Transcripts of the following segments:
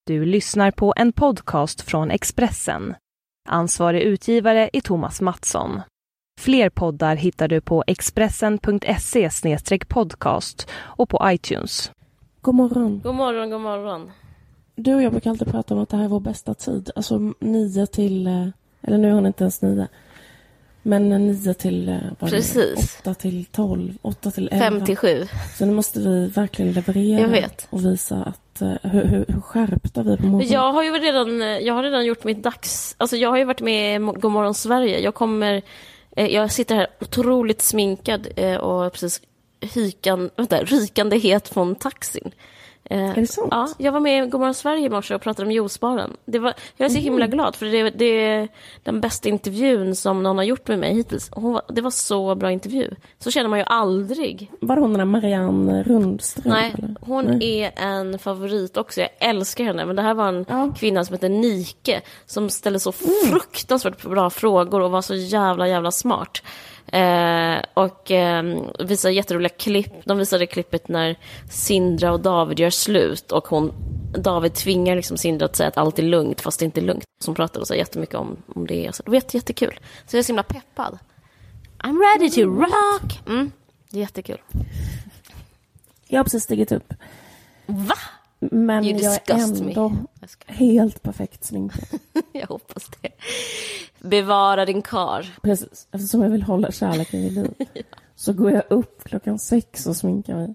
Du lyssnar på en podcast från Expressen. Ansvarig utgivare är Thomas Mattsson. Fler poddar hittar du på expressen.se/podcast och på iTunes. God morgon. God morgon, god morgon. Du och jag brukar alltid prata om att det här är vår bästa tid. Alltså 9 till... Eller nu har hon inte ens 9. Men 9 till... Precis. 8 till 12. 8 till 11. 5 till 7. Så nu måste vi verkligen leverera. Jag vet. Och visa att hur skärpta vi är på morgonen. Jag har redan gjort mitt Alltså jag har ju varit med i God morgon Sverige. Jag sitter här otroligt sminkad och precis rykande het från taxin. Är det sant? Ja, jag var med i God morgon Sverige i morse och pratade om juicebaren. Jag är så himla glad för det är den bästa intervjun som någon har gjort med mig hittills. Det var så bra intervju. Så känner man ju aldrig. Var hon den där Marianne Rundström? Nej, eller? hon är en favorit också. Jag älskar henne. Men det här var en kvinna som heter Nike som ställde så fruktansvärt bra frågor och var så jävla smart. Och visade jätteroliga klipp. De visade klippet när Sindra och David gör slut och David tvingar liksom Sindra att säga att allt är lugnt fast det inte är lugnt. Som pratade så jättemycket om det. Så det var jättekul. Så jag är så himla peppad. I'm ready to rock. Det är jättekul. Jag har precis stigit upp. Va? Men jag är ändå helt perfekt sminkad. Jag hoppas det. Bevara din kar. Precis, eftersom jag vill hålla kärleken vid liv. Så går jag upp 6:00 och sminkar mig.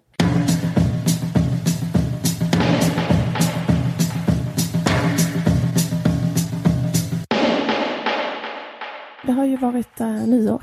Det har ju varit nyår.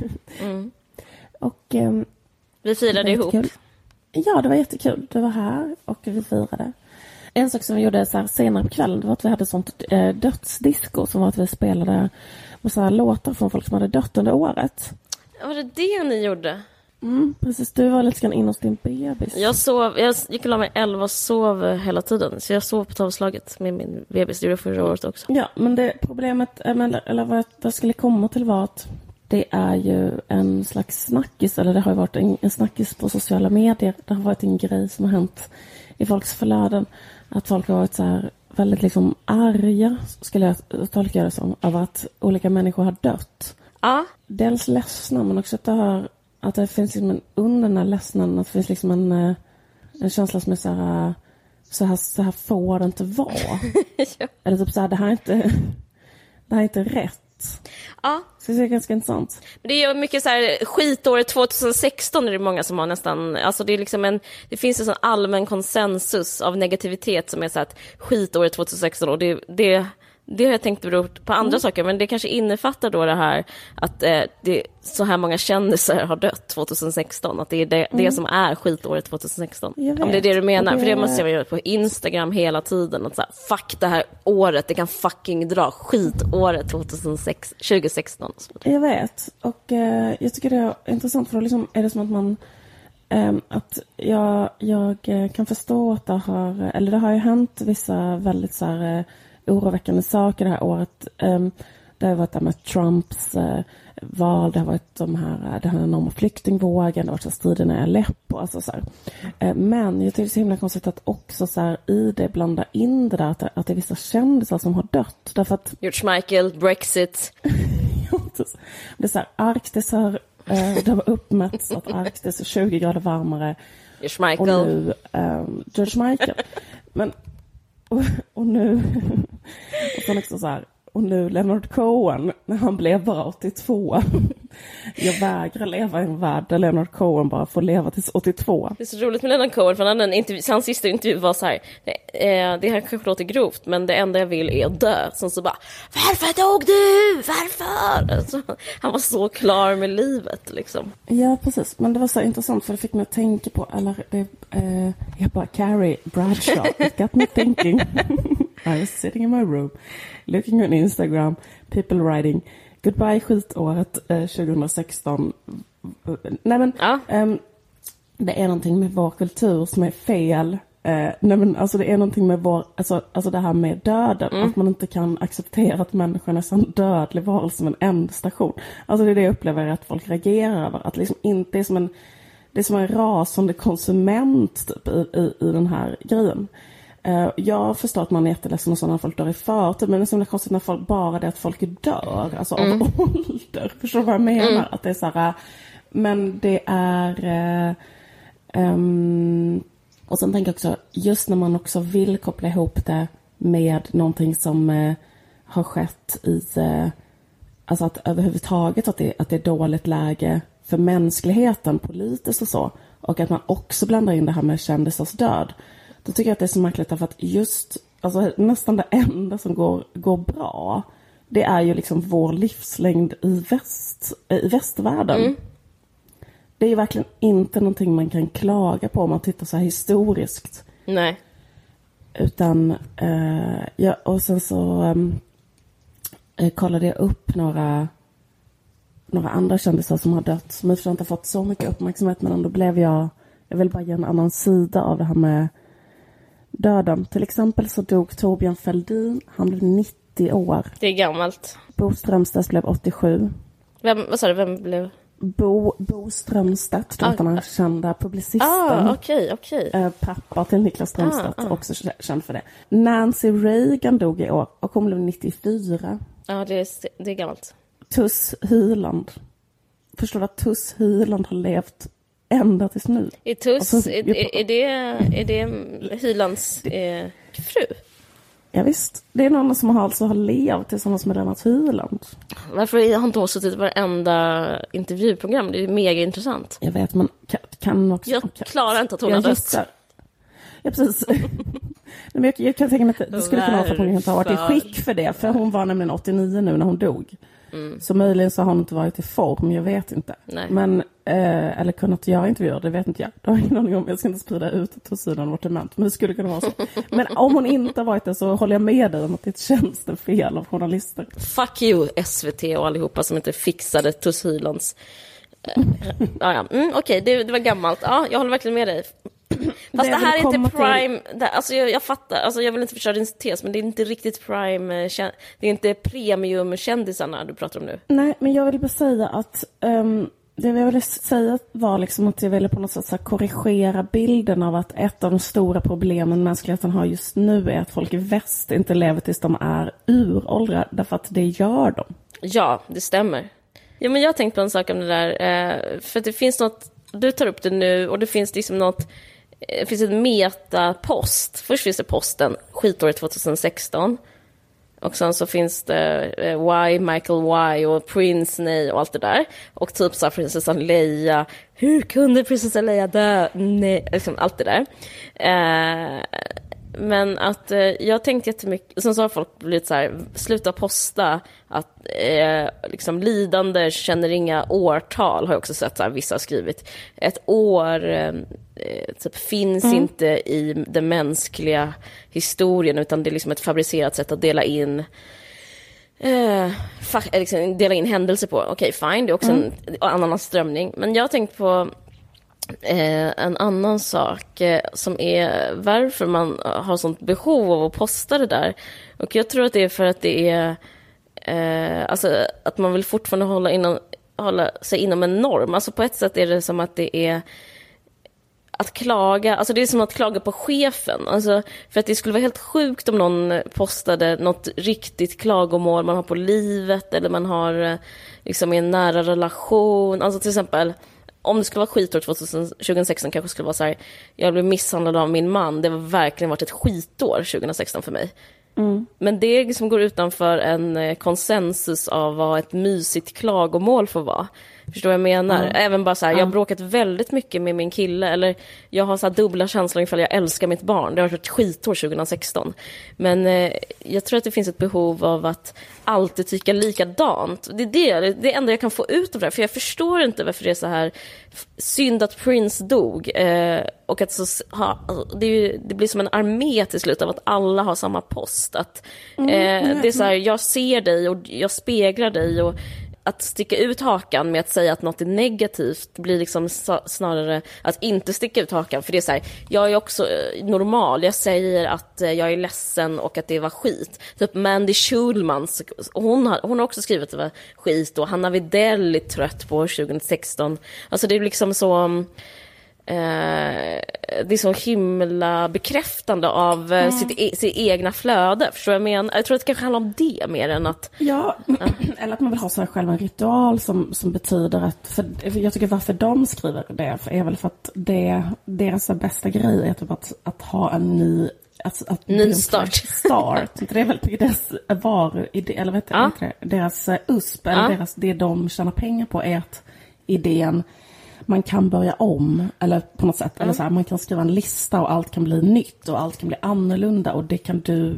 Och vi firade ihop. Kul. Ja, det var jättekul. Det var här och vi firade. En sak som vi gjorde så här senare på kvällen var att vi hade sånt dödsdisco som var att vi spelade massa låtar från folk som hade dött under året. Var det ni gjorde? Precis, du var lite grann in hos din bebis. Jag gick och la mig 11 och sov hela tiden. Så jag sov på tavslaget med min bebis. Det gjorde förra året också. Ja, men det problemet, eller vad jag skulle komma till var att det är ju en slags snackis, eller det har ju varit en snackis på sociala medier. Det har varit en grej som har hänt i folks förlöden. Att folk har varit så här väldigt liksom arga, skulle jag tolka det som, av att olika människor har dött. Ja. Dels ledsna, men också att det finns liksom under den här ledsnaden, att det finns liksom en känsla som är så här får det inte vara. Ja. Eller typ så här, det här är inte rätt. Ja. Så det är ganska intressant. Men det är ju mycket så här skitåret 2016 är det många som har nästan, alltså det är liksom det finns en sån allmän konsensus av negativitet som är så att skitåret 2016 och det har jag tänkt beror på andra saker, men det kanske innefattar då det här att det så här många kändisar har dött 2016, att det är det som är skitåret 2016. Om det är det du menar, för det måste jag göra på Instagram hela tiden, att så här, fuck det här året, det kan fucking dra skitåret 2016. Jag vet, och jag tycker det är intressant för då liksom är det som att man att jag kan förstå att det har ju hänt vissa väldigt så här oroväckande saker det här året. Det har varit det med Trumps val, det har varit den här enorma flyktingvågen, det har varit striden i Aleppo, alltså så här. Men jag tycker det är så himla konstigt att också så här, i det blanda in det där att det är vissa kändisar som har dött. Därför att George Michael, Brexit. Det är så här, Arktis har det har uppmätts att Arktis är 20 grader varmare. George Michael. Och nu George Michael. Men och nu och sen också så här, och nu Leonard Cohen när han blev bara 82. Jag vägrar leva i en värld där Leonard Cohen bara får leva tills 82. Det är så roligt med Leonard Cohen, för hans sista intervju var så här, det här kanske låter grovt, men det enda jag vill är att dö. Så bara, varför dog du? Varför? Alltså, han var så klar med livet liksom. Ja, precis. Men det var så intressant för det fick mig att tänka på jag bara, Carrie Bradshaw, it got me thinking. I was sitting in my room looking on Instagram, people writing goodbye skitåret 2016. Nej men det är någonting med vår kultur som är fel. Nej men alltså det är någonting med vår alltså det här med döden, att man inte kan acceptera att människan är som dödlig varelse som en ändstation. Alltså det är det jag upplever att folk reagerar över, att liksom inte är som en rasande konsument typ, i den här grejen. Jag förstår att man är jätteledsen och så när folk dör i förtid, men det är så konstigt när folk, bara det att folk dör, alltså av ålder. Förstår du vad jag menar? Att det är så här, men det är... och sen tänker jag också, just när man också vill koppla ihop det med någonting som har skett i... alltså att överhuvudtaget att det är dåligt läge för mänskligheten politiskt och så. Och att man också blandar in det här med kändisars död. Då tycker jag att det är så märkligt därför att just alltså, nästan det enda som går bra, det är ju liksom vår livslängd i västvärlden. Det är ju verkligen inte någonting man kan klaga på om man tittar så här historiskt. Nej. Utan, ja, och sen så kollade jag upp några andra kändisar som har dött, som i och för sig inte fått så mycket uppmärksamhet, men då blev jag vill bara ge en annan sida av det här med döden. Till exempel så dog Torbjörn Fälldin, han blev 90 år. Det är gammalt. Bo Strömstedt blev 87. Vad sa du, vem blev? Bo Strömstedt, den här kända publicisten. Okej. Pappa till Niklas Strömstedt, också känd för det. Nancy Reagan dog i år och hon blev 94. Ja, det är gammalt. Tuss Hyland. Förstår du att Tuss Hyland har levt ända tills nu? Är Tuss, är det Hylands fru? Ja, visst. Det är någon som har levt tillsammans med Lennart Hyland. Varför har inte hon suttit i varenda intervjuprogram? Det är mega intressant. Jag vet, men kan också... Jag klarar inte att hon har dött. Ja, precis. Men jag kan tänka mig att det skulle kunna vara för att hon inte har varit i skick för det. För hon var nämligen 89 nu när hon dog. Så möjligen så har hon inte varit i form, jag vet inte. Nej. Men, eller kunnat göra intervjuer, det vet inte jag. Det har ingen aning om, jag ska inte sprida ut att sidan vårt dement, men det skulle kunna vara så. Men om hon inte har varit det så håller jag med dig om att det är ett tjänstefel av journalister. Fuck you, SVT och allihopa som inte fixade Tuss Hylands. Okej, det var gammalt. Ja, jag håller verkligen med dig. Fast det här är inte prime, alltså jag fattar, alltså jag vill inte förstöra din tes, men det är inte riktigt prime, det är inte premium-kändisarna du pratar om nu. Nej, men jag vill bara säga att det jag ville säga var liksom att jag ville på något sätt så här korrigera bilden av att ett av de stora problemen mänskligheten har just nu är att folk i väst inte lever tills de är uråldrar, därför att det gör de. Ja, det stämmer. Ja, men jag har tänkt på en sak om det där, för att det finns något, du tar upp det nu, och det finns liksom något. Det finns ett metapost. Först finns det posten skitåret 2016. Och sen så finns det Why, Michael Why och Prince nej och allt det där. Och typ så här prinsessan Leia. Hur kunde prinsessan Leia dö? Nej, liksom allt det där. Men att jag tänkte jättemycket. Sen så har folk blivit så här, sluta posta att liksom lidande känner inga årtal, har jag också sett så här, vissa har skrivit. Ett år typ finns inte i den mänskliga historien, utan det är liksom ett fabricerat sätt att dela in händelser på. Okej, fine, det är också en annan strömning. Men jag har tänkt på en annan sak som är varför man har sånt behov av att posta det där. Och jag tror att det är för att det är alltså att man vill fortfarande hålla sig inom en norm. Alltså på ett sätt är det som att det är att klaga, alltså det är som att klaga på chefen. Alltså för att det skulle vara helt sjukt om någon postade något riktigt klagomål man har på livet, eller man har liksom i en nära relation. Alltså till exempel om det skulle vara skitår 2016 kanske skulle vara så här: jag blev misshandlad av min man. Det har verkligen varit ett skitår 2016 för mig. Men det liksom går utanför en konsensus av vad ett mysigt klagomål får vara. Förstår vad jag menar? Även bara så här, jag har bråkat väldigt mycket med min kille, eller jag har så här dubbla känslor ifall jag älskar mitt barn. Det har varit ett skitår 2016. Men jag tror att det finns ett behov av att alltid tycka likadant. Det är det enda jag kan få ut av det här. För jag förstår inte varför det är så här synd att Prince dog. Och att det blir som en armé till slut av att alla har samma post. Att det är så här, jag ser dig och jag speglar dig, och att sticka ut hakan med att säga att något är negativt blir liksom snarare att inte sticka ut hakan. För det är så här, jag är också normal. Jag säger att jag är ledsen och att det var skit. Typ Mandy Schulman, hon har också skrivit att det var skit. Och Hanna Widell är trött på 2016. Alltså det är liksom så... det är så himla bekräftande av sitt egna flöde. Förstår jag menar? Jag tror att det kanske handlar om det mer än att... Ja, eller att man vill ha så här själv en ritual som betyder att... För jag tycker varför de skriver det är väl för att deras bästa grej är typ att ha en ny... Ny start. Det är väl deras eller vet jag inte, deras USP, eller det de tjänar pengar på är att idén man kan börja om, eller på något sätt, eller så här, man kan skriva en lista och allt kan bli nytt och allt kan bli annorlunda och det kan du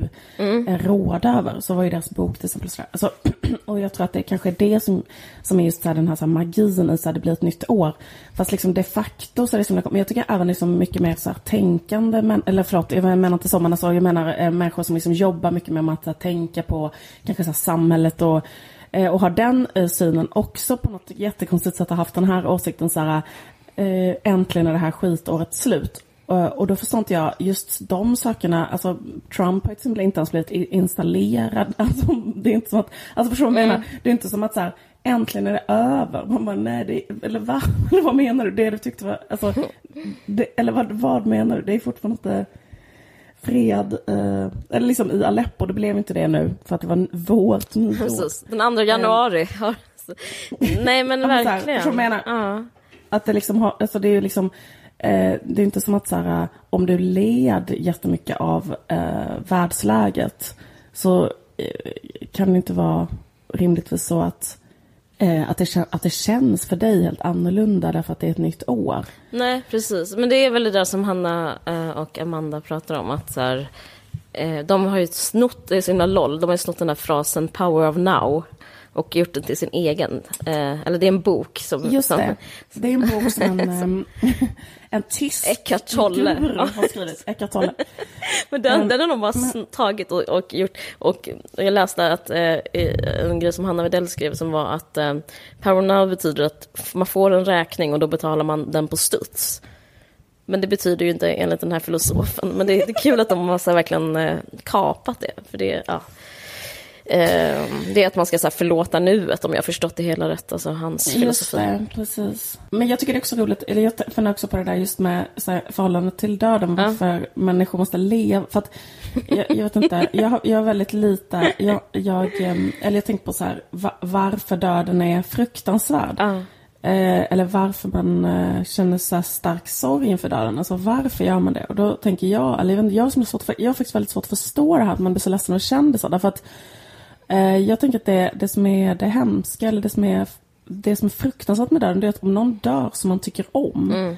råda över. Så var ju deras bok till exempel så alltså, och jag tror att det kanske är det som är just så här, den här, så här magin i så här, det blir ett nytt år. Fast liksom de facto så är det som men jag tycker även liksom mycket mer så här tänkande jag menar inte så, men alltså, jag menar människor som liksom jobbar mycket med att här, tänka på kanske så här, samhället och har den synen också på något jättekonstigt sätt har haft den här åsikten så här, äntligen är det här skitåret slut. Och då förstår inte jag just de sakerna, alltså Trump har till exempel inte ens blivit installerad, alltså det är inte som att, alltså förstår du vad jag menar? Det är inte som att så här, äntligen är det över. Man bara, nej, eller vad menar du? Det du tyckte var, alltså, eller vad menar du? Det är fortfarande inte fred, eller liksom i Aleppo, det blev inte det nu för att det var vårt nyår. Precis, den 2 januari. Nej men verkligen. Så menar, att det liksom har, alltså det är ju liksom det är inte som att så här, om du led jättemycket av världsläget så kan det inte vara rimligtvis så att det känns för dig helt annorlunda därför att det är ett nytt år. Nej, precis. Men det är väl det där som Hanna och Amanda pratar om. Att så här, de har ju snott, det är så himla LOL, de har ju snott den här frasen Power of Now och gjort den till sin egen. Eller det är en bok som... Just det. Det är en bok som en tysk Eckhart Tolle har skrivit. Eckhart Tolle. Men den har de bara tagit och gjort. Och jag läste att en grej som Hanna Widell skrev som var att Power Now betyder att man får en räkning och då betalar man den på studs. Men det betyder ju inte enligt den här filosofen. Men det är kul att de har så verkligen kapat det. För det, det är att man ska så här, förlåta nuet, om jag har förstått det hela rätt, alltså hans filosofi. Just det, precis. Men jag tycker det är också roligt, eller jag funderar också på det där just med så här, förhållandet till döden, varför människor måste leva, för att jag vet inte, jag är väldigt lite, jag tänker på så här, varför döden är fruktansvärd. Eller varför man känner så här stark sorg inför döden. Alltså varför gör man det? Och då tänker jag har faktiskt väldigt svårt att förstå det här, att man blir så ledsen och kände så. Därför att jag tänker att det som är det hemska, eller det som är fruktansvärt med döden, det är att om någon dör som man tycker om,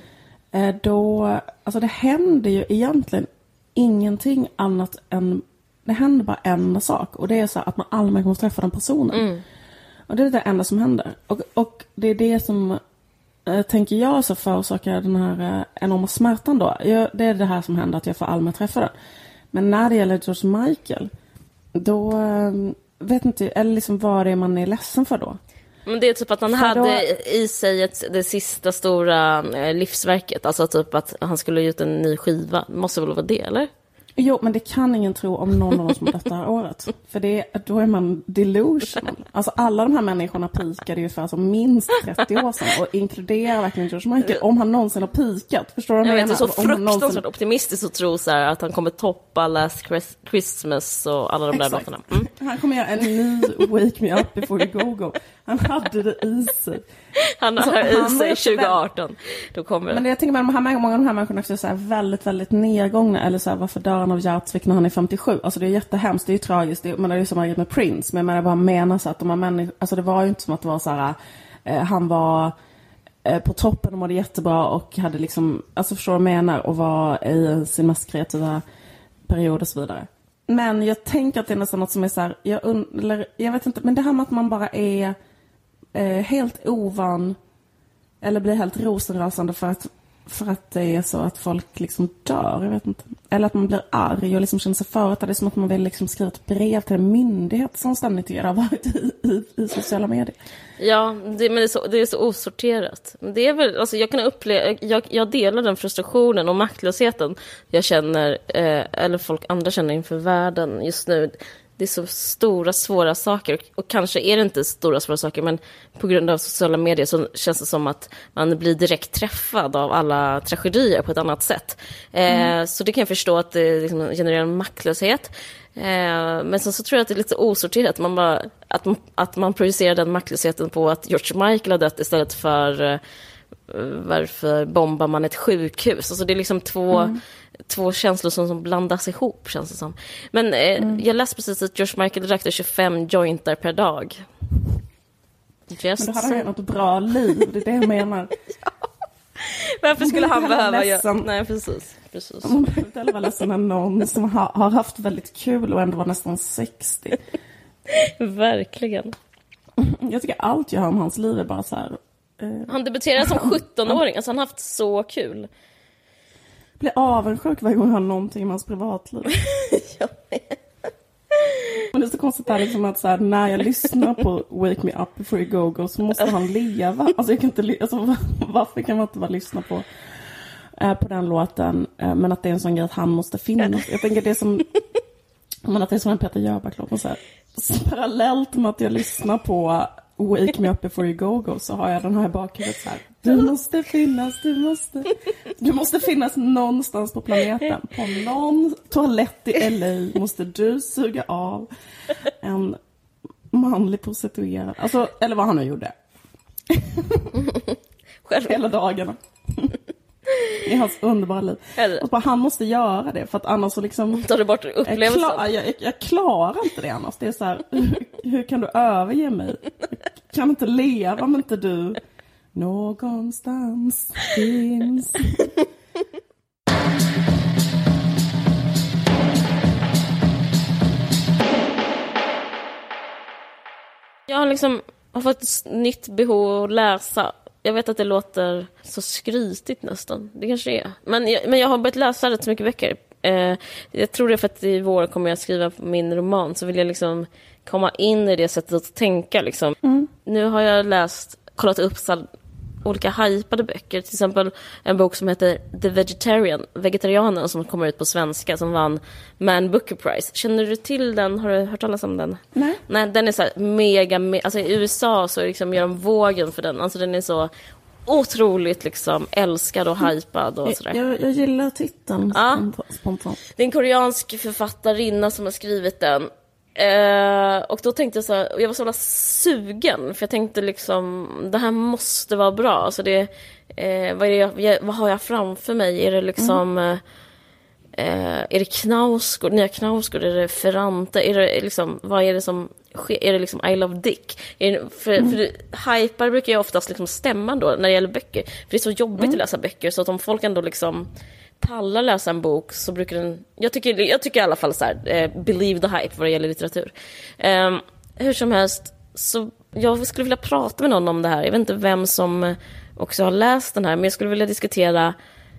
då, alltså det händer ju egentligen ingenting annat än, det händer bara en sak, och det är så att man aldrig kommer träffa den personen. Och det är det enda som händer. Och det är det som, tänker jag, så förorsakar den här enorma smärtan då. Det är det här som händer, att jag får aldrig träffa den. Men när det gäller George Michael, då vet inte, eller liksom vad det är man är ledsen för då. Men det är typ att han hade i sig det sista stora livsverket. Alltså typ att han skulle ge ut en ny skiva. Det måste väl vara det, eller? Jo, men det kan ingen tro om någon av dem som har dött det här året. För då är man delusional. Alltså alla de här människorna pikade ju för alltså minst 30 år sedan. Och inkluderar verkligen George Michael. Om han någonsin har pikat. Förstår du vad jag menar? Jag vet, det är så fruktansvärt optimistiskt att tro så här, att han kommer toppa Last Christmas och alla de där låtarna. Han kommer göra en ny Wake Me Up Before You Go. Han hade det i sig. Han har i sig 2018. Då kommer men jag tänker att många av de här människorna också är så här väldigt, väldigt nedgångna. Eller så här, varför dör han av hjärtsvikt när han är 57? Alltså det är jättehemskt, det är ju tragiskt. Men det är ju som med Prince. Men jag bara menar så att de här människorna, alltså det var ju inte som att det var så här, han var på toppen och mådde jättebra och hade liksom, alltså förstår vad jag menar, och var i sin mest kreativa period och så vidare. Men jag tänker att det är nästan något som är så här, jag vet inte, men det här med att man bara är helt ovan eller blir helt rosenrasande för att det är så att folk liksom dör, jag vet inte. Eller att man blir arg och liksom känner sig förut. Det är som att man vill liksom skriva ett brev till en myndighet som ständigt har varit i sociala medier. Ja, men det är så osorterat. Det är väl, alltså jag kan uppleva, jag delar den frustrationen och maktlösheten jag känner, eller folk andra känner inför världen just nu. Det är så stora, svåra saker. Och kanske är det inte stora, svåra saker, men på grund av sociala medier så känns det som att man blir direkt träffad av alla tragedier på ett annat sätt. Så det kan jag förstå att det liksom genererar en maktlöshet. Men sen så tror jag att det är lite osorterat. Att man projicerar den maktlösheten på att George Michael har dött istället för varför bombar man ett sjukhus. Alltså det är liksom två känslor som blandas ihop, känns det som. Men jag läste precis att George Michael rökte 25 jointar per dag. Men då hade han något bra liv, det är det jag menar. Ja. Varför skulle han behöva göra? Nej, precis. Man behöver inte vara ledsen när någon som har haft väldigt kul och ändå var nästan 60. Verkligen. Jag tycker allt jag hör om hans liv är bara så här... Han debuterade som 17-åring, alltså han har haft så kul. Jag blir avundsjuk varje gång jag hör någonting om hans privatliv. Jag med. Men det är så konstigt där liksom att så här, när jag lyssnar på Wake Me Up Before You Go Go så måste han leva. Alltså jag kan inte, varför kan man inte bara lyssna på den låten, men att det är en sån grej att han måste finnas. Jag tänker det är som att det är som en Peter Jöback-låt så här. Parallellt med att jag lyssnar på Wake Me Up Before You Go Go så har jag den här i bakhuvudet så här. Du måste finnas någonstans på planeten. På någon toalett i LA måste du suga av en manlig prostituerad. Alltså, eller vad han nu gjorde. Hela dagarna. I hans underbara liv. Och bara, han måste göra det för att annars så liksom... Tar du bort upplevelsen? Jag klarar inte det annars. Det är så här, hur kan du överge mig? Jag kan inte leva om inte du någonstans finns. Jag har fått ett nytt behov att läsa. Jag vet att det låter så skrytigt nästan. Det kanske är. Men jag har börjat läsa rätt så mycket böcker. Jag tror det är för att i vår kommer jag skriva min roman. Så vill jag liksom komma in i det sättet att tänka. Liksom. Nu har jag kollat upp olika hypade böcker. Till exempel en bok som heter The Vegetarian, Vegetarianen, som kommer ut på svenska, som vann Man Booker Prize. Känner du till den? Har du hört talas om den? Nej, den är så här mega alltså i USA så liksom gör de vågen för den. Alltså den är så otroligt liksom älskad och hypad och sådär. Jag gillar titeln spontant. Det är en koreansk författarinna som har skrivit den. Och då tänkte jag så här, jag var så jävla sugen för jag tänkte liksom det här måste vara bra. Alltså det, vad har jag framför mig? Är det liksom är det Knausgård, nya Knausgård, är det Ferrante, är det liksom, vad är det som sker? Är det liksom I Love Dick? För hypar brukar ju oftast liksom stämma då när det gäller böcker, för det är så jobbigt att läsa böcker, så att om folk ändå liksom pallar läsa en bok så brukar den, jag tycker i alla fall så här, believe the hype vad det gäller litteratur. Hur som helst, så jag skulle vilja prata med någon om det här. Jag vet inte vem som också har läst den här, men jag skulle vilja diskutera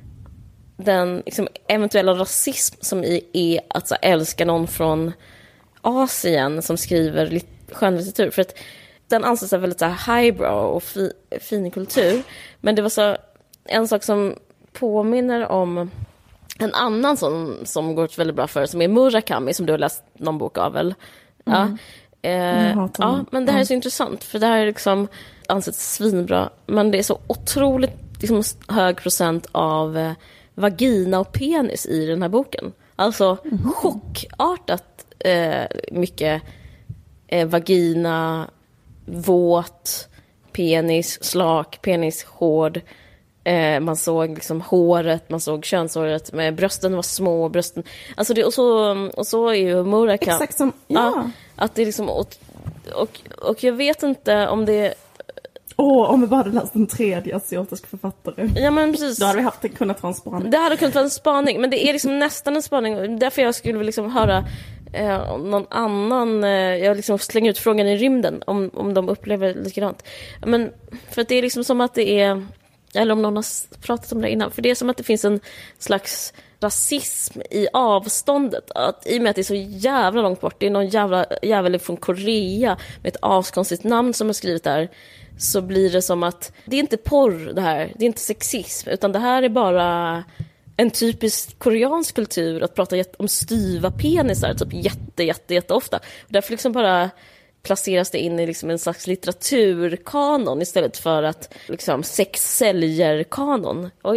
den liksom eventuella rasism som är att så älska någon från Asien som skriver skönlitteratur, för att den anses väldigt så här highbrow och fin kultur. Men det var så en sak som påminner om en annan som går väldigt bra för, som är Murakami, som du har läst någon bok av väl? Ja. Men det här är så intressant, för det här är liksom ansett svinbra, men det är så otroligt liksom hög procent av vagina och penis i den här boken. Alltså chockartat mycket vagina, våt, penis, slak, penis, hård. Man såg liksom håret, man såg könshåret, med brösten var små, brösten, alltså det, och så är ju Murakami. Exakt som, ja. Att det liksom, och jag vet inte om det. Om vi bara hade läst en tredje asiatisk författare. Ja, men precis. Då hade vi kunnat vara en spaning. Det hade kunnat vara en spaning, men det är liksom nästan en spaning. Därför jag skulle liksom höra någon annan, jag liksom slänger ut frågan i rymden om de upplever likadant. Men för att det är liksom som att det är Eller om någon har pratat om det innan. För det är som att det finns en slags rasism i avståndet. Att, i och med att det är så jävla långt bort. Det är någon jävel från Korea med ett askonstigt namn som har skrivit där. Så blir det som att det är inte porr det här. Det är inte sexism. Utan det här är bara en typisk koreansk kultur. Att prata om styva penisar. Typ jätte ofta. Och därför liksom bara placeras det in i liksom en slags litteraturkanon istället för att liksom sex säljer kanon. Och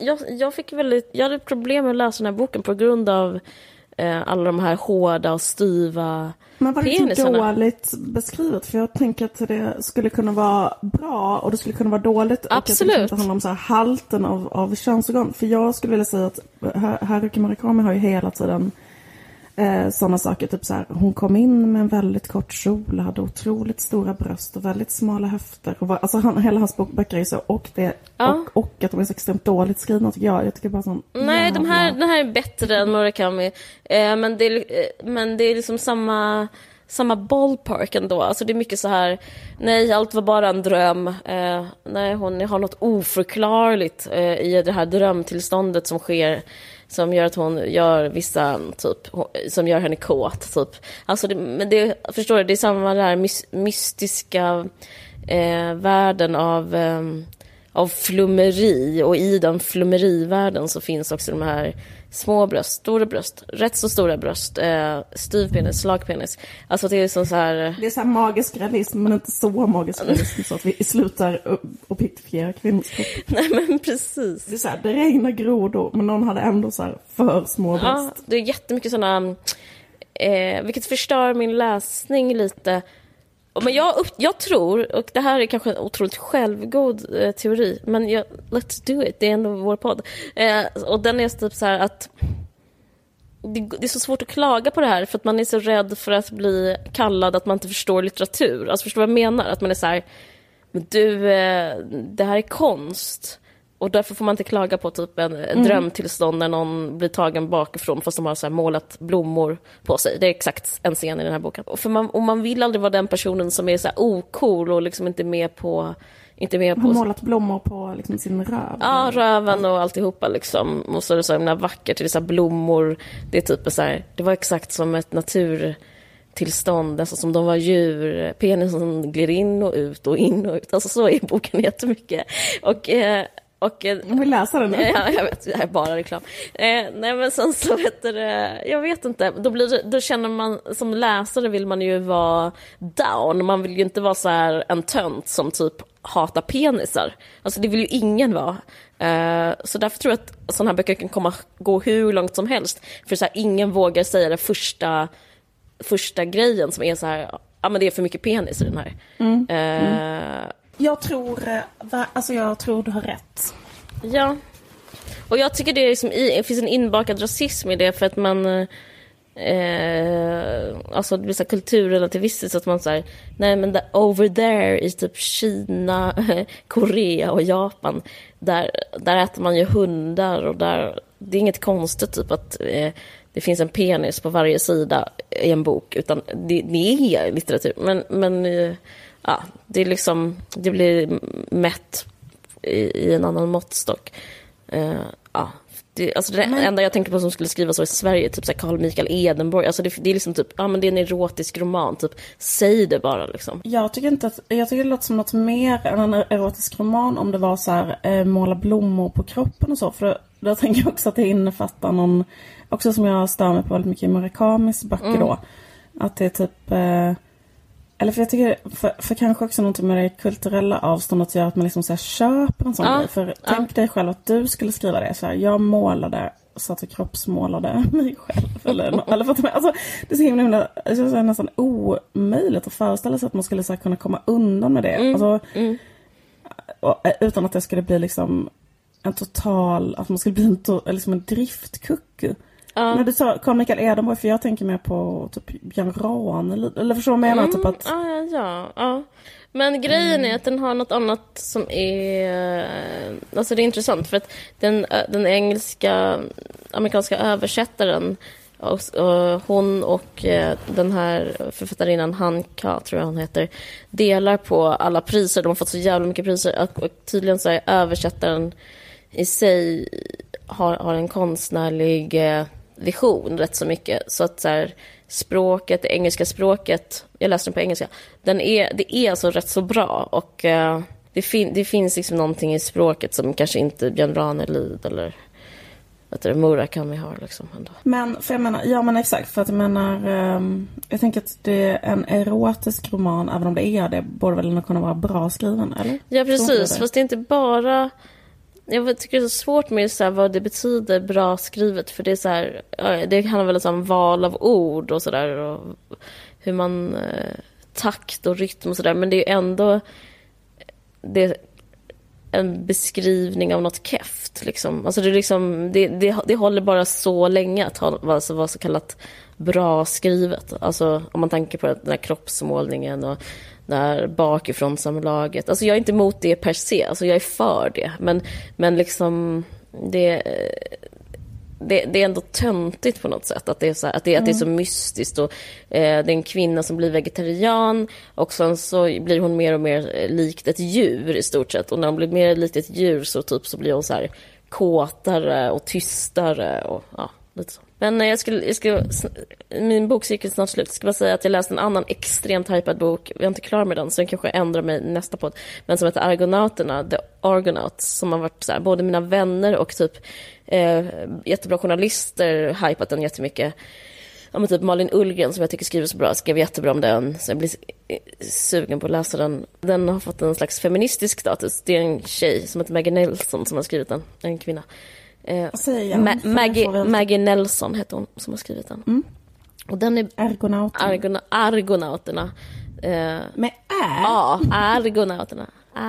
jag hade problem med att läsa den här boken på grund av alla de här hårda och styva men var det penisarna. så dåligt beskrivet? För jag tänker att det skulle kunna vara bra och det skulle kunna vara dåligt. Absolut. Och att det inte handlar om så här halten av könsorgan. För jag skulle vilja säga att Haruki Murakami har ju hela tiden sådana saker, typ så här, hon kom in med en väldigt kort kjol, hade otroligt stora bröst och väldigt smala höfter och hela hans böcker är så, och att de är så extremt dåligt skrivna tycker jag tycker bara sån nej, den här är bättre än Murakami, men det är liksom samma ballpark ändå. Alltså det är mycket så här, nej, allt var bara en dröm. Nej, hon har något oförklarligt i det här drömtillståndet som sker, som gör att hon gör vissa typ, som gör henne kåt typ. Alltså men det, förstår du, det är samma där mystiska världen av flummeri, och i den flummerivärlden så finns också de här små bröst, stora bröst, rätt så stora bröst, styvpenis, slagpenis. Alltså det är så här. Det är så här magisk realism, men inte så magisk realism så att vi slutar och piktifiera kvinnors kropp. Nej, men precis. Det är så här, det regnar grodor, men någon hade ändå så här för små bröst. Ja, det är jättemycket sådana, vilket förstör min läsning lite. Men jag tror, och det här är kanske en otroligt självgod teori, men let's do it, det är ändå vår podd. Och den är typ så här att det är så svårt att klaga på det här för att man är så rädd för att bli kallad att man inte förstår litteratur. Alltså förstår vad jag menar? Att man är så här, men du, det här är konst. Och därför får man inte klaga på typ en drömtillstånd när någon blir tagen bakifrån fast de har så här målat blommor på sig. Det är exakt en scen i den här boken. Och man vill aldrig vara den personen som är så här ocool och liksom inte med på. Har målat blommor på liksom sin röv. Ja, röven och alltihopa liksom. Och så är det så himla vackert, det är så här blommor. Det är typ så här, det var exakt som ett naturtillstånd, alltså som de var djur. Penisen glir in och ut och in och ut. Alltså så är boken jättemycket. Och jag vill läsa den nu. Ja, jag vet, det här är bara reklam. Nej, men sen så vet det, jag vet inte. Då känner man, som läsare vill man ju vara down. Man vill ju inte vara så här en tönt som typ hatar penisar. Alltså det vill ju ingen vara. Så därför tror jag att sådana här böcker kan gå hur långt som helst. För så här, ingen vågar säga det första grejen som är så här, ja men det är för mycket penis i den här. Jag tror du har rätt. Ja. Och jag tycker det är liksom det finns en inbakad rasism i det, för att man alltså det blir så kulturrelativistiskt, så att man säger nej men over there i typ Kina, Korea och Japan, där äter man ju hundar, och där det är inget konstigt typ att det finns en penis på varje sida i en bok, utan det är litteratur, men ja, det är liksom, det blir mätt i en annan måttstock. Ja, alltså det enda jag tänker på som skulle skriva så i Sverige, typ så här Carl Michael Edenborg, alltså det är liksom typ, ja men det är en erotisk roman, typ säg det bara liksom. Jag tycker det låter som något mer än en erotisk roman om det var så här måla blommor på kroppen och så, för då tänker jag också att det innefattar någon, också som jag stör mig på väldigt mycket i Murakamis böcker då, att det är typ eller för jag tycker, för kanske också något med det kulturella avståndet gör att man liksom så här köper en sån grej. För tänk dig själv att du skulle skriva det så här, jag målade, så att jag kroppsmålade mig själv. Eller för att, alltså, det är så himla nästan omöjligt att föreställa sig att man skulle så här kunna komma undan med det. Alltså, utan att det skulle bli liksom en total, att man skulle bli liksom en driftkucku. När du sa Carl Michael Edenborg, för jag tänker mer på typ Björn Rahn eller förstår vad jag menar, typ att ja. Men grejen är att den har något annat som är, alltså det är intressant, för att den amerikanska översättaren och hon och den här författarinnan Hanka, tror jag hon heter, delar på alla priser. De har fått så jävla mycket priser. Och tydligen så är översättaren i sig har en konstnärlig vision rätt så mycket. Så att så här, språket, det engelska språket, jag läste den på engelska, det är alltså rätt så bra. Och det finns liksom någonting i språket som kanske inte Björn Ranelid eller Murakami har liksom ändå. Men, för jag menar, ja men exakt, för att jag menar, jag tänker att det är en erotisk roman, även om det borde väl kunna vara bra skriven, eller? Ja, precis, fast det är inte bara, jag tycker det är så svårt med så här, vad det betyder bra skrivet, för det är så här, det handlar väl om val av ord och sådär, och hur man takt och rytm och sådär, men det är ändå en beskrivning av något keft liksom. Alltså det är liksom det håller bara så länge att vara så kallat bra skrivet. Alltså om man tänker på den här kroppsmålningen och det här bakifrån samlaget. Alltså jag är inte emot det per se. Alltså jag är för det, men liksom det är ändå töntigt på något sätt att det är så här, att det är så mystiskt, och det är en kvinna som blir vegetarian och sen så blir hon mer och mer likt ett djur i stort sett, och när hon blir mer likt ett djur så blir hon så här kåtare och tystare och ja, lite så. Men jag ska min bokcirkel är snart slut. Jag ska bara säga att jag läste en annan extremt hypad bok. Jag är inte klar med den, så jag kanske ändrar mig nästa podd. Men som heter Argonauterna, The Argonauts, som har varit så här, både mina vänner och typ jättebra journalister hypat den jättemycket. Ja, men typ Malin Ullgren, som jag tycker skriver så bra, skrev jättebra om den, så jag blir sugen på att läsa den. Den har fått en slags feministisk status. Det är en tjej som heter Maggie Nelson som har skrivit den, en kvinna. Maggie Nelson heter hon som har skrivit den. Och den är Argonauterna. Med Ja, Argonauterna.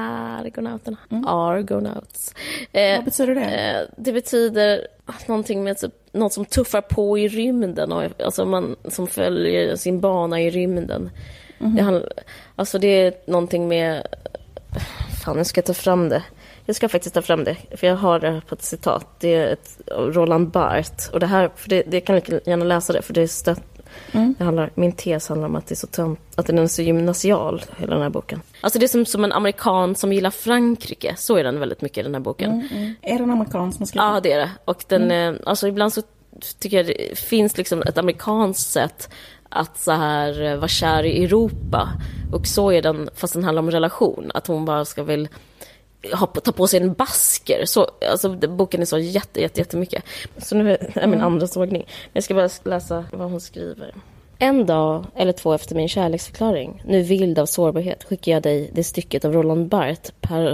Argonauts. Vad betyder det? Det betyder någonting med typ, något som tuffar på i rymden, och alltså man som följer sin bana i rymden. Alltså det är någonting med, fan, jag ska ta fram det. Jag ska faktiskt ta fram det, för jag har det på ett citat. Det är ett Roland Barthes. Och det här, för det kan jag gärna läsa det, för det är stött. Min tes handlar om att det är så tönt, att den är så gymnasial, hela den här boken. Alltså det är som en amerikan som gillar Frankrike. Så är den väldigt mycket i den här boken. Är den amerikan som har skrivit? Ja, det är det. Och den, alltså ibland så tycker jag det finns liksom ett amerikanskt sätt att så här vara kär i Europa. Och så är den, fast den handlar om relation. Att hon bara ska väl ta på sig en basker. Så, alltså, boken är så jättemycket. Så nu är min andra sågning. Jag ska bara läsa vad hon skriver. En dag eller två efter min kärleksförklaring, nu vild av sårbarhet, skickar jag dig det stycket av Roland Barthes,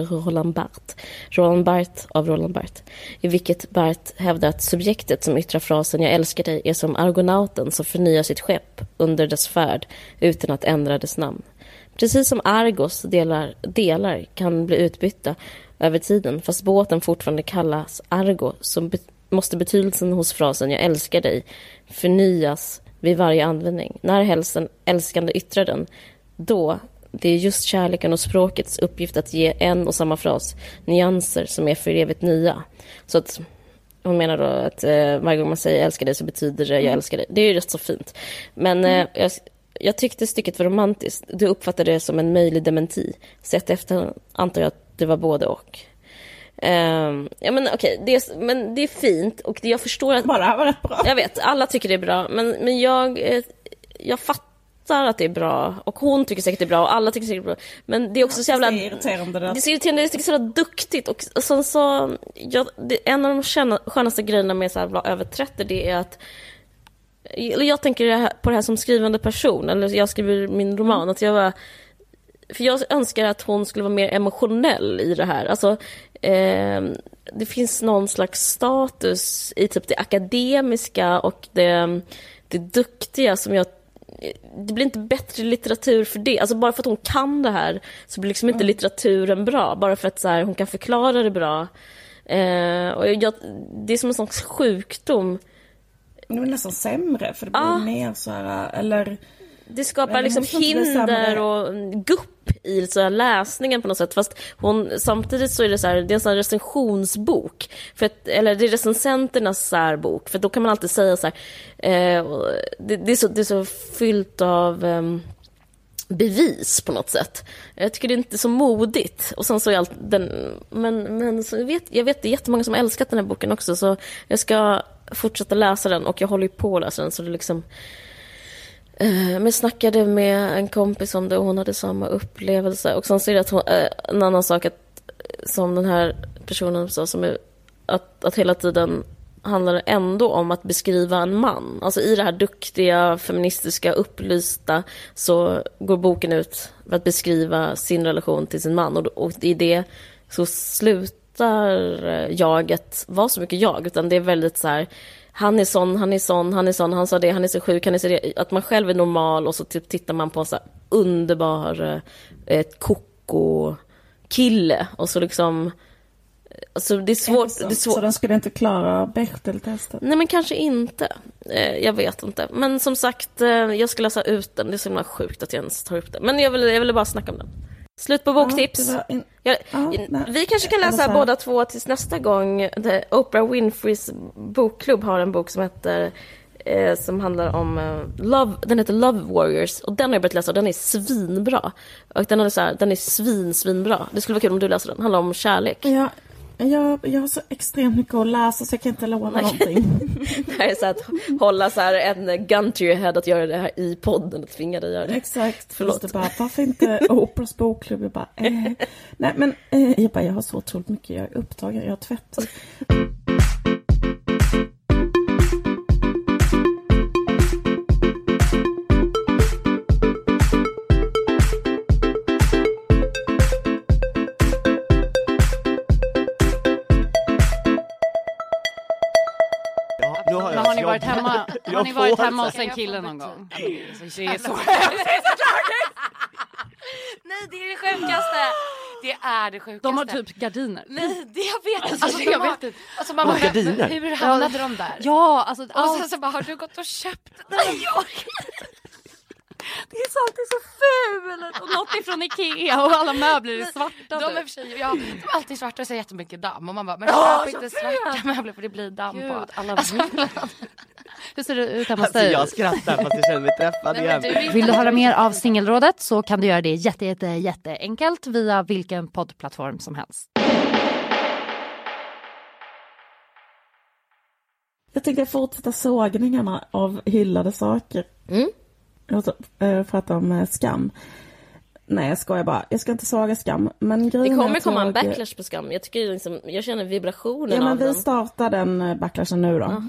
Roland Barthes, i vilket Barthes hävdar att subjektet som yttrar frasen jag älskar dig är som argonauten som förnyar sitt skepp under dess färd utan att ändra dess namn. Precis som Argos delar kan bli utbytta över tiden, fast båten fortfarande kallas Argo, så måste betydelsen hos frasen jag älskar dig förnyas vid varje användning. När helst en älskande yttrar den, då det är just kärleken och språkets uppgift att ge en och samma fras nyanser som är för evigt nya. Så att hon menar då att varje gång man säger älskar dig så betyder det jag älskar dig. Det är ju rätt så fint. Men jag tyckte stycket var romantiskt. Du uppfattade det som en möjlig dementi. Sett efter antar jag att det var både och. Ja, men okej, men det är fint, och jag förstår att bara var rätt bra. Jag vet, alla tycker det är bra, men jag fattar att det är bra, och hon tycker säkert det är bra, och alla tycker säkert det är bra, men det är också så jävla irriterande. Det är så irriterande, det är så jävla duktigt, och sen så en av de skönaste grejerna med så här vara över 30, det är att jag tänker på det här som skrivande person, eller jag skriver min roman, att för jag önskar att hon skulle vara mer emotionell i det här. Alltså, det finns någon slags status i typ det akademiska och det duktiga som det blir inte bättre litteratur för det. Alltså bara för att hon kan det här så blir liksom inte litteraturen bra. Bara för att så här, hon kan förklara det bra. Och det är som en slags sjukdom. Det är nästan sämre, för det blir mer så här, eller... Det skapar liksom hinder och gupp i så här läsningen på något sätt. Fast samtidigt så är det så här, det är en sån här recensionsbok. Eller det är recensenternas så här bok. För då kan man alltid säga så här, det är så fyllt av bevis på något sätt. Jag tycker det är inte så modigt. Och sen så är allt men så jag vet det är jättemånga som har älskat den här boken också, så jag ska fortsätta läsa den, och jag håller ju på att läsa den, så det liksom men jag snackade med en kompis om det och hon hade samma upplevelse. Och sen så är det en annan sak som den här personen sa, som är att hela tiden handlar det ändå om att beskriva en man. Alltså i det här duktiga, feministiska, upplysta, så går boken ut för att beskriva sin relation till sin man. Och i det så slutar jaget vara så mycket jag, utan det är väldigt så här: han är sån, han sa det, han är så sjuk, han är så det. Att man själv är normal, och så typ tittar man på en så här underbar koko-kille, och så liksom. Alltså det är svårt. Så den skulle inte klara Bechdel-testet? Nej, men kanske inte. Jag vet inte. Men som sagt, jag ska läsa ut den. Det är så himla sjukt att jag ens tar upp den. Men jag ville bara snacka om den. Slut på boktips. Vi kanske kan läsa båda två tills nästa gång. Oprah Winfreys bokklubb har en bok som heter som handlar om Love. Den heter Love Warriors, och den har jag börjat läsa, och den är svinbra. Och den är svinbra. Det skulle vara kul om du läser den. Den handlar om kärlek. Ja. Jag har så extremt mycket att läsa, så jag kan inte lova någonting. Det här är så att hålla så här en gun to your head, att göra det här i podden och tvinga dig att göra det. Exakt. Förlåt. Det bara, varför inte Oprahs bokklubb? Jag bara, Nej, men jag har så otroligt mycket. Jag är upptagen, jag har tvätt. Har ni varit hemma hos en kille någon gång? Nej, det är det sjukaste. Det är det sjukaste. De har typ gardiner. Nej, det jag vet. Alltså, jag vet inte. Alltså, man bara, hur hamnade de där? Ja, alltså. Och sen så bara, har du gått och köpt den? Det är så alltid så fult. Och något ifrån Ikea, och alla möbler är svarta. De är för sig, de är alltid svarta och så jättemycket damm. Och man bara, men köp inte svarta möbler för det blir damm på. Hur ser det ut hemma hos dig? Jag skrattar fast jag känner mig träffad igen. Vill du höra mer av Singelrådet, så kan du göra det jätteenkelt via vilken poddplattform som helst. Jag tänkte fortsätta sågningarna av hyllade saker. Och prata om skam. Nej, jag skojar bara. Jag ska inte såga skam. Men det kommer komma en backlash på skam. Jag tycker liksom, jag känner vibrationen av den. Ja, men vi startar den backlashen nu då.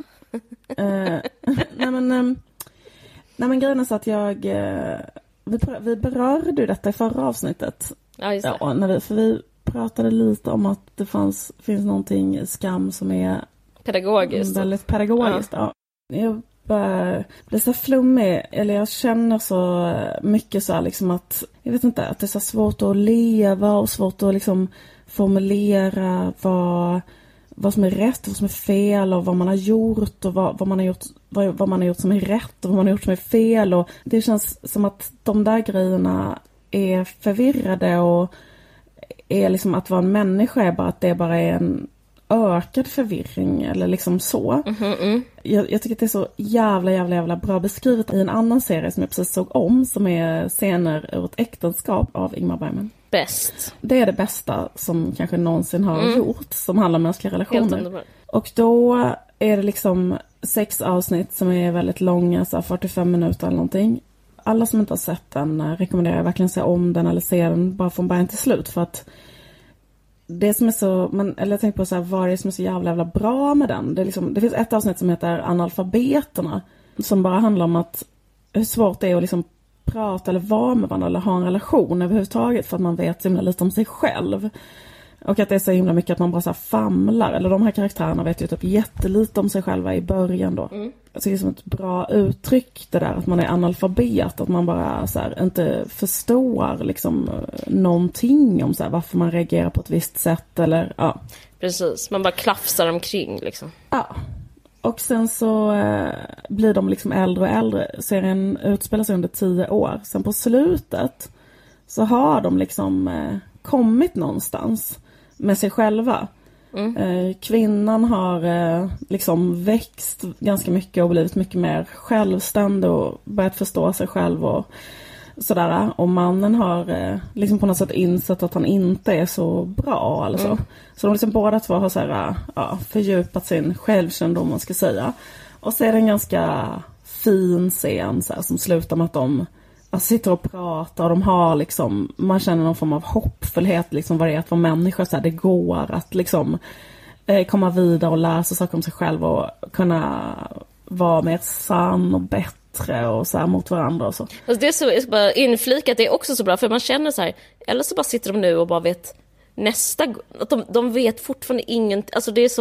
Nej, men grejen är så att vi berörde detta i förra avsnittet. Ja, just det. Ja, för vi pratade lite om att det finns någonting skam som är pedagogiskt. Väldigt pedagogiskt, ja. Jag blir så flummig, eller jag känner så mycket så här, liksom att, jag vet inte, att det är så svårt att leva och svårt att liksom formulera vad som är rätt och vad som är fel, och vad man har gjort och vad man har gjort som är rätt och vad man har gjort som är fel, och det känns som att de där grejerna är förvirrade, och är liksom att vara en människa är bara att det bara är en ökad förvirring eller liksom så. Jag tycker att det är så jävla bra beskrivet i en annan serie som jag precis såg om, som är Scener ur ett äktenskap av Ingmar Bergman. Bäst. Det är det bästa som kanske någonsin har gjort, som handlar om mänskliga relationer. Och då är det liksom 6 avsnitt som är väldigt långa, så 45 minuter eller någonting. Alla som inte har sett den rekommenderar jag verkligen se om den eller se den bara från början till slut, för att det som är så, eller jag tänker på så här, vad är det som är så jävla bra med den? Det finns ett avsnitt som heter Analfabeterna, som bara handlar om att hur svårt det är att liksom prata eller vara med varandra eller ha en relation överhuvudtaget, för att man vet så himla lite om sig själv. Och att det är så himla mycket att man bara så här famlar, eller de här karaktärerna vet ju typ jättelite om sig själva i början då. Jag tycker det är som ett bra uttryck det där, att man är analfabet, att man bara så här inte förstår liksom någonting om så här, varför man reagerar på ett visst sätt, eller ja. Precis, man bara klafsar omkring liksom. Ja. Och sen så blir de liksom äldre och äldre. Serien utspelar sig under 10 år. Sen på slutet så har de liksom kommit någonstans med sig själva. Kvinnan har liksom växt ganska mycket och blivit mycket mer självständig och börjat förstå sig själv och sådär. Och mannen har liksom på något sätt insett att han inte är så bra eller så. Så de liksom båda två har så här, fördjupat sin självkännedom, man ska säga. Och så är det en ganska fin scen så här, som slutar med att de sitter och pratar och de har liksom, man känner någon form av hoppfullhet liksom vad det är att vara människa, så här, det går att liksom komma vidare och lära sig saker om sig själv och kunna vara mer sann och bättre och så här mot varandra och så. Alltså det är så, jag ska bara inflika att det är också så bra, för man känner så här, eller så bara sitter de nu och bara vet nästa, att de vet fortfarande ingenting, alltså det är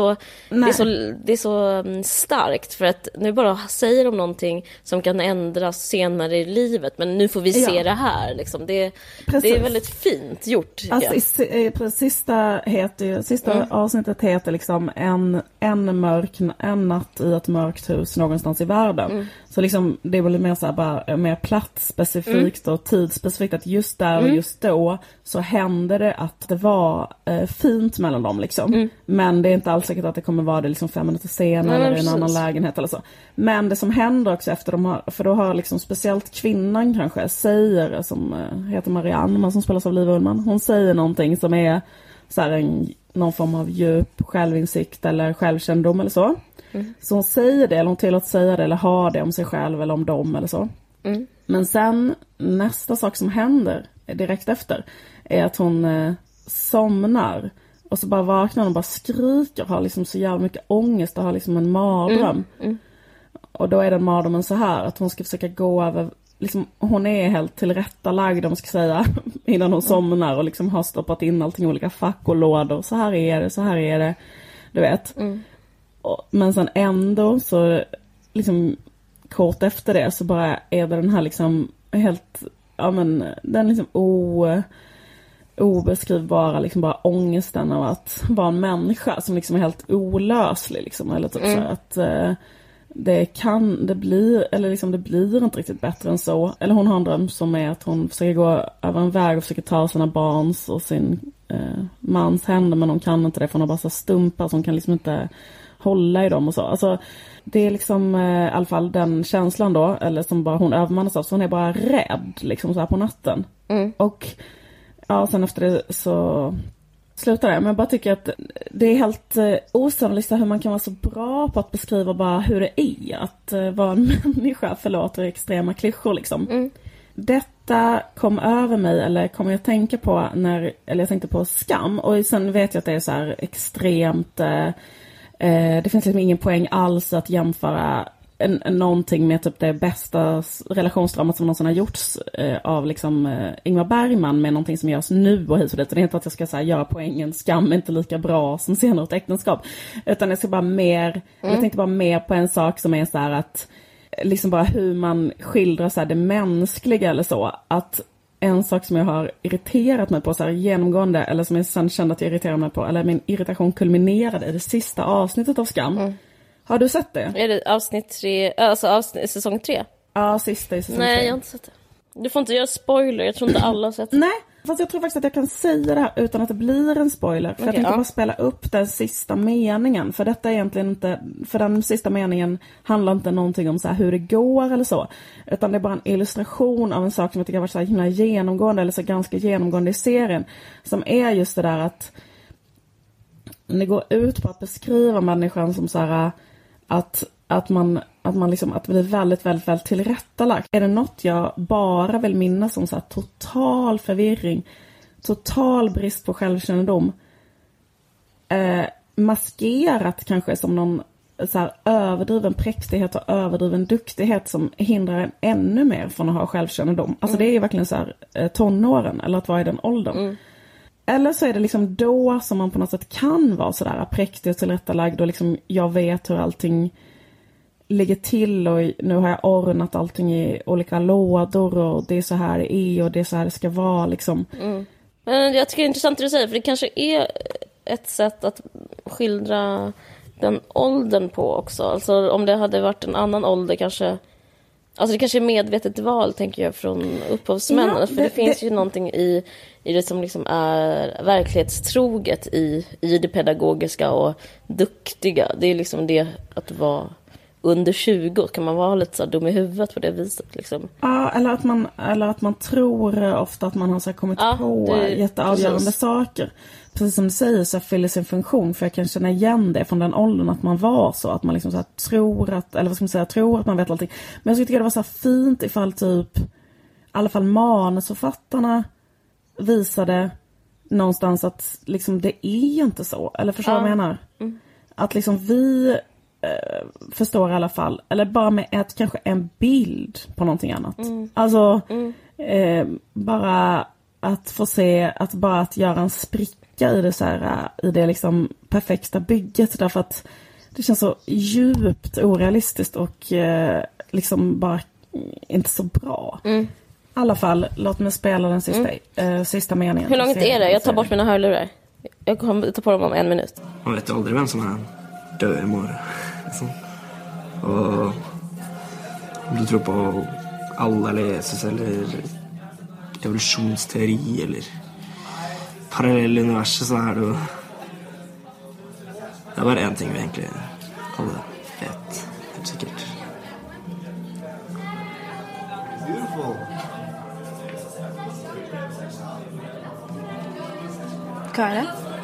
så starkt, för att nu bara säger de någonting som kan ändras senare i livet, men nu får vi se det här liksom. Det är väldigt fint gjort. Alltså, sista avsnittet heter liksom en natt i ett mörkt hus någonstans i världen. Så liksom det är väl mer så här, bara mer platsspecifikt och tidsspecifikt, att just där och just då så hände det att det var fint mellan dem liksom. Men det är inte alls säkert att det kommer vara det liksom 5 minuter senare eller i en annan lägenhet eller så. Men det som händer också efter för då har liksom speciellt kvinnan kanske säger, som heter Marianne, men som spelas av Liv Ullmann, hon säger någonting som är så här någon form av djup självinsikt eller självkännedom eller så. Så hon säger det, eller hon tillåter säga det eller har det om sig själv eller om dem eller så. Men sen nästa sak som händer direkt efter är att hon somnar och så bara vaknar och bara skriker och har liksom så jävla mycket ångest och har liksom en mardröm. Och då är den mardrömmen så här att hon ska försöka gå över, liksom, hon är helt tillrättalagd om man ska säga innan hon somnar och liksom har stoppat in allting i olika fack och lådor, så här är det du vet. Men sen ändå så liksom kort efter det så bara är det den här liksom helt, den liksom obeskrivbara liksom bara ångesten av att vara en människa som liksom är helt olöslig liksom, eller typ så att det blir inte riktigt bättre än så. Eller hon har en dröm som är att hon försöker gå över en väg och försöker ta sina barns och sin mans händer, men hon kan inte det för hon har bara så stumpar så hon kan liksom inte hålla i dem och så. Alltså det är liksom i alla fall den känslan då, eller som bara hon övermannas av, så hon är bara rädd liksom så här på natten. Och sen efter det så slutar det. Men jag bara tycker att det är helt osannolikt hur man kan vara så bra på att beskriva bara hur det är att vara en människa, förlåter extrema klyschor liksom. Detta kom över mig, eller kommer jag tänka på jag tänkte på Skam, och sen vet jag att det är så här extremt det finns liksom ingen poäng alls att jämföra någonting med typ det bästa relationsdramat som någonsin har gjorts av liksom Ingmar Bergman med någonting som görs nu och hit och dit. Och det är inte att jag ska så här, göra poängen Skam är inte lika bra som senare ett äktenskap, utan jag ska bara jag tänkte bara mer på en sak som är så här att liksom bara hur man skildrar så här det mänskliga eller så, att en sak som jag har irriterat mig på så här genomgående, eller som jag sen kände att jag irriterade mig på, eller min irritation kulminerade i det sista avsnittet av Skam. Har du sett det? Är det avsnitt 3, alltså säsong 3? Ja, sista i säsong 3. Nej, jag har inte sett det. Du får inte göra spoiler, jag tror inte alla har sett det. Nej, fast jag tror faktiskt att jag kan säga det här utan att det blir en spoiler. För jag tänkte bara spela upp den sista meningen. För detta är egentligen inte, för den sista meningen handlar inte någonting om så här hur det går eller så. Utan det är bara en illustration av en sak som jag tycker har varit så här himla genomgående, eller så ganska genomgående i serien. Som är just det där att det går ut på att beskriva människan som så här att man liksom, att det blir väldigt, väldigt, väldigt tillrättalagt. Är det något jag bara vill minnas som så här total förvirring, total brist på självkännedom, maskerat kanske som någon så här överdriven präktighet och överdriven duktighet som hindrar en ännu mer från att ha självkännedom. Alltså det är ju verkligen så här tonåren, eller att vara i den åldern. Eller så är det liksom då som man på något sätt kan vara sådär präktig och tillrättalagd och liksom jag vet hur allting ligger till och nu har jag ordnat allting i olika lådor och det är så här det är och det är så här det ska vara liksom. Men jag tycker det är intressant det du säger, för det kanske är ett sätt att skildra den åldern på också. Alltså om det hade varit en annan ålder kanske, Alltså det kanske är medvetet val, tänker jag, från upphovsmännen. Ja, för det finns ju någonting i det som liksom är verklighetstroget i det pedagogiska och duktiga. Det är liksom det att vara under 20 kan man vara lite så dum i huvudet på det viset. Liksom. Ja, eller att man tror ofta att man har så här kommit på jätteavgörande saker. Precis som du säger så fyller sin funktion, för jag kan känna igen det från den åldern att man var så, att man liksom så här tror att man vet allting. Men jag skulle tycka det var så här fint ifall typ i alla fall manusförfattarna visade någonstans att liksom det är inte så, eller förstår vad jag menar? Att liksom vi förstår i alla fall, eller bara med kanske en bild på någonting annat. Alltså bara att få se att göra en spricka i det så här, i det liksom perfekta bygget, därför att det känns så djupt orealistiskt och liksom bara inte så bra. I alla fall, låt mig spela den sista meningen. Hur långt är det? Jag tar bort mina hörlurar. Jag kommer ta på dem om 1 minut. Man vet ju aldrig vem som är död imorgon. Liksom. Och om du tror på alla eller Jesus eller evolutionsteori eller parallelluniverset, så är det bara en ting vi egentligen alla vet helt säkert. Beautiful. Hva er det?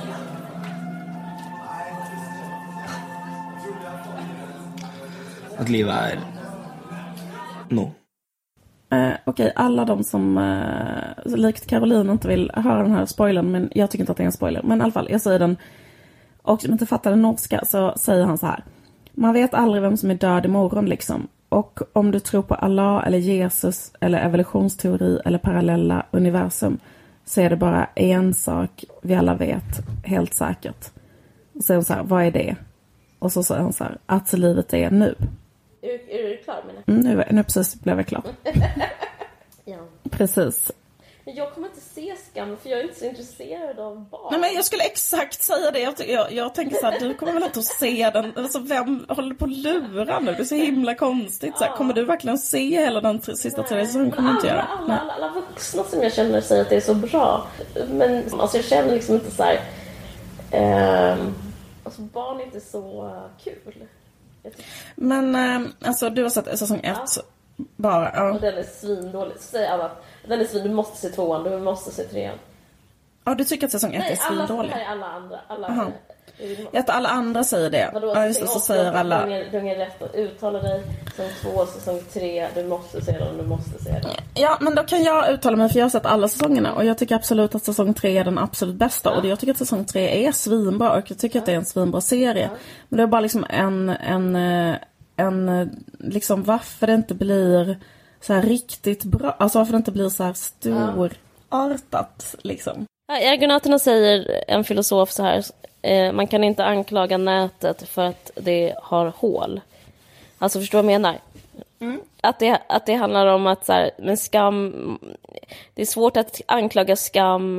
Att livet är nå. Okej, alla de som likt Caroline inte vill höra den här spoilern, men jag tycker inte att det är en spoiler, men i alla fall, jag säger den, och som inte fattar den norska så säger han så här: man vet aldrig vem som är död imorgon liksom, och om du tror på Allah eller Jesus eller evolutionsteori eller parallella universum, så är det bara en sak vi alla vet helt säkert. Och så säger hon så här: vad är det? Och så säger han så här: att livet är nu. Är du klar med det? Nu precis blev jag klar. Ja. Precis. Men jag kommer inte se Skam, för jag är inte så intresserad av barn. Nej, men jag skulle exakt säga det. Jag tänker så här: du kommer väl inte att se den. Alltså, vem håller på att lura nu? Det är så himla konstigt. Så här, kommer du verkligen se hela den sista 3 säsongen? Kommer inte göra. Alla vuxna som jag känner säger att det är så bra. Men alltså, jag känner liksom inte så här. Alltså, barn är inte så kul. Men alltså, du har sett säsong 1 bara. Ja. Och den är svindålig. Så säger alla: den är svin, du måste se 2:an, du måste se 3:an. Ja, du tycker att säsong 1 är svindålig? Nej, alla andra. Alla andra säger det. Ja, just det, så säger alla. Du har rätt att uttala dig. Säsong 2, säsong 3, du måste se den, du måste se den. Ja, men då kan jag uttala mig, för jag har sett alla säsongerna. Och jag tycker absolut att säsong 3 är den absolut bästa. Och jag tycker att säsong 3 är svinbra. Och jag tycker att det är en svinbra serie. Men det är bara liksom en liksom varför det inte blir så här riktigt bra. Alltså varför det inte blir så här storartat liksom. I Argonauterna säger en filosof så här: man kan inte anklaga nätet för att det har hål. Alltså, förstår vad jag menar? Att det handlar om att så här, men skam, det är svårt att anklaga skam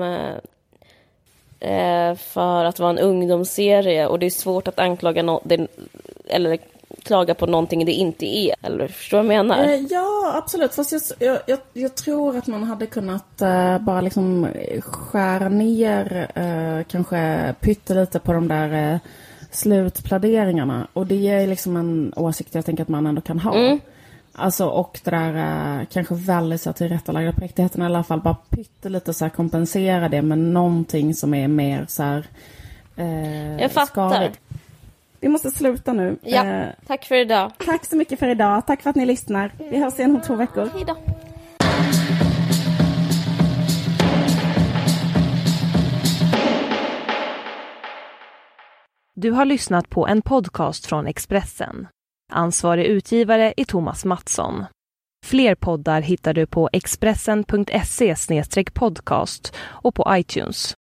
för att vara en ungdomsserie, och det är svårt att anklaga eller klaga på någonting det inte är. Eller förstår vad jag menar? Ja, absolut. Fast jag tror att man hade kunnat bara liksom skära ner kanske pyttelite på de där slutpläderingarna. Och det är liksom en åsikt jag tänker att man ändå kan ha. Alltså, och det där kanske väldigt så tillrättalagda präktigheten i alla fall, bara pyttelite så här kompensera det med någonting som är mer så här jag fattar. skadligt. Vi måste sluta nu. Ja, tack för idag. Tack så mycket för idag. Tack för att ni lyssnar. Vi hörs igen om 2 veckor. Hej då. Du har lyssnat på en podcast från Expressen. Ansvarig utgivare är Thomas Mattsson. Fler poddar hittar du på expressen.se/podcast och på iTunes.